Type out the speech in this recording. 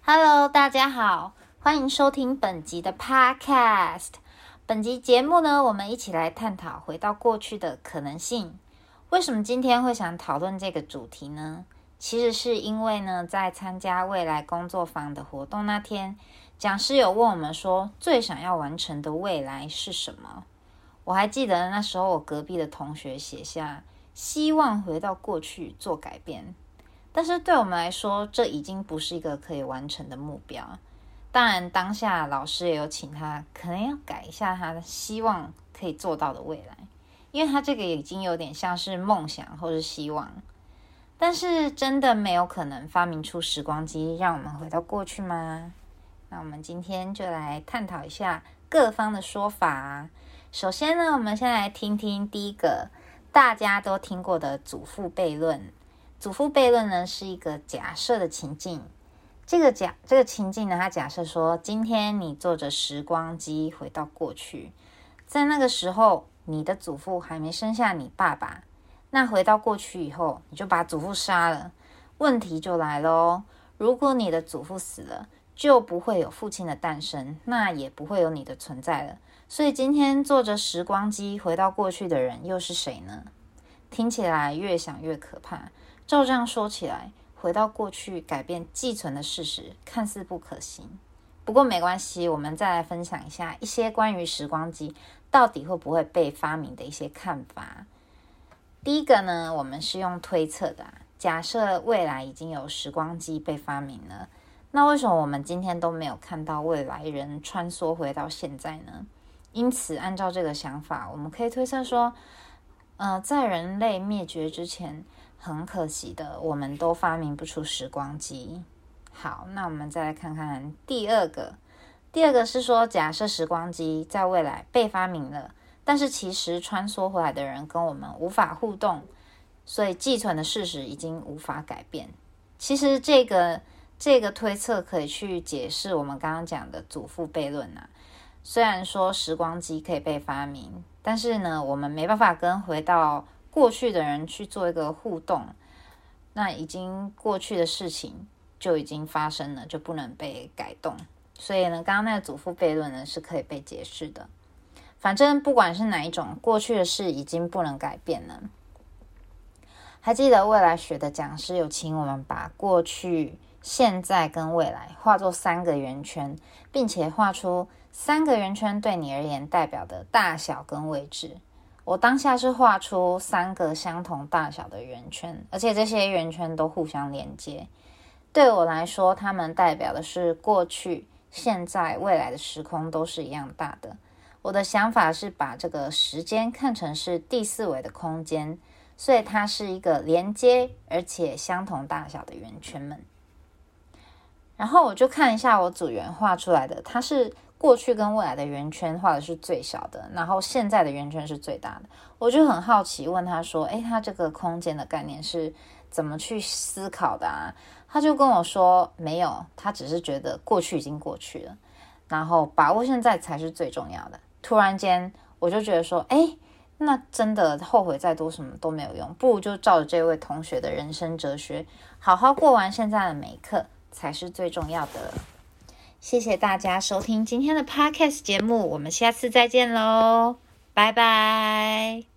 Hello， 大家好，欢迎收听本集的 Podcast。本集节目呢，我们一起来探讨回到过去的可能性。为什么今天会想讨论这个主题呢？其实是因为呢，在参加未来工作坊的活动那天，讲师有问我们说，最想要完成的未来是什么？我还记得那时候我隔壁的同学写下，希望回到过去做改变。但是对我们来说，这已经不是一个可以完成的目标。当然，当下老师也有请他，可能要改一下他的希望可以做到的未来，因为他这个已经有点像是梦想或是希望。但是真的没有可能发明出时光机，让我们回到过去吗？那我们今天就来探讨一下各方的说法。首先呢，我们先来听听第一个大家都听过的祖父悖论。祖父悖论呢是一个假设的情境，这个情境呢，它假设说，今天你坐着时光机回到过去，在那个时候，你的祖父还没生下你爸爸，那回到过去以后，你就把祖父杀了。问题就来咯，如果你的祖父死了，就不会有父亲的诞生，那也不会有你的存在了。所以今天坐着时光机回到过去的人又是谁呢？听起来越想越可怕。照这样说起来，回到过去改变既存的事实，看似不可行。不过没关系，我们再来分享一下一些关于时光机到底会不会被发明的一些看法。第一个呢，我们是用推测的，假设未来已经有时光机被发明了，那为什么我们今天都没有看到未来人穿梭回到现在呢？因此，按照这个想法，我们可以推测说，在人类灭绝之前，很可惜的，我们都发明不出时光机。好，那我们再来看看第二个。第二个是说，假设时光机在未来被发明了，但是其实穿梭回来的人跟我们无法互动，所以既存的事实已经无法改变。其实这个推测可以去解释我们刚刚讲的祖父悖论啊。虽然说时光机可以被发明，但是呢，我们没办法跟回到过去的人去做一个互动，那已经过去的事情就已经发生了，就不能被改动。所以呢，刚刚那个祖父悖论呢是可以被解释的。反正不管是哪一种，过去的事已经不能改变了。还记得未来学的讲师有请我们把过去、现在跟未来画作3个圆圈，并且画出3个圆圈对你而言代表的大小跟位置。我当下是画出3个相同大小的圆圈，而且这些圆圈都互相连接。对我来说，它们代表的是过去、现在、未来的时空都是一样大的。我的想法是把这个时间看成是第4维的空间，所以它是一个连接而且相同大小的圆圈们。然后我就看一下我组员画出来的，它是过去跟未来的圆圈画的是最小的，然后现在的圆圈是最大的。我就很好奇问他说，他这个空间的概念是怎么去思考的啊？他就跟我说没有，他只是觉得过去已经过去了，然后把握现在才是最重要的。突然间我就觉得说，那真的后悔再多什么都没有用，不如就照着这位同学的人生哲学，好好过完现在的每一刻才是最重要的。谢谢大家收听今天的 Podcast 节目，我们下次再见咯，拜拜。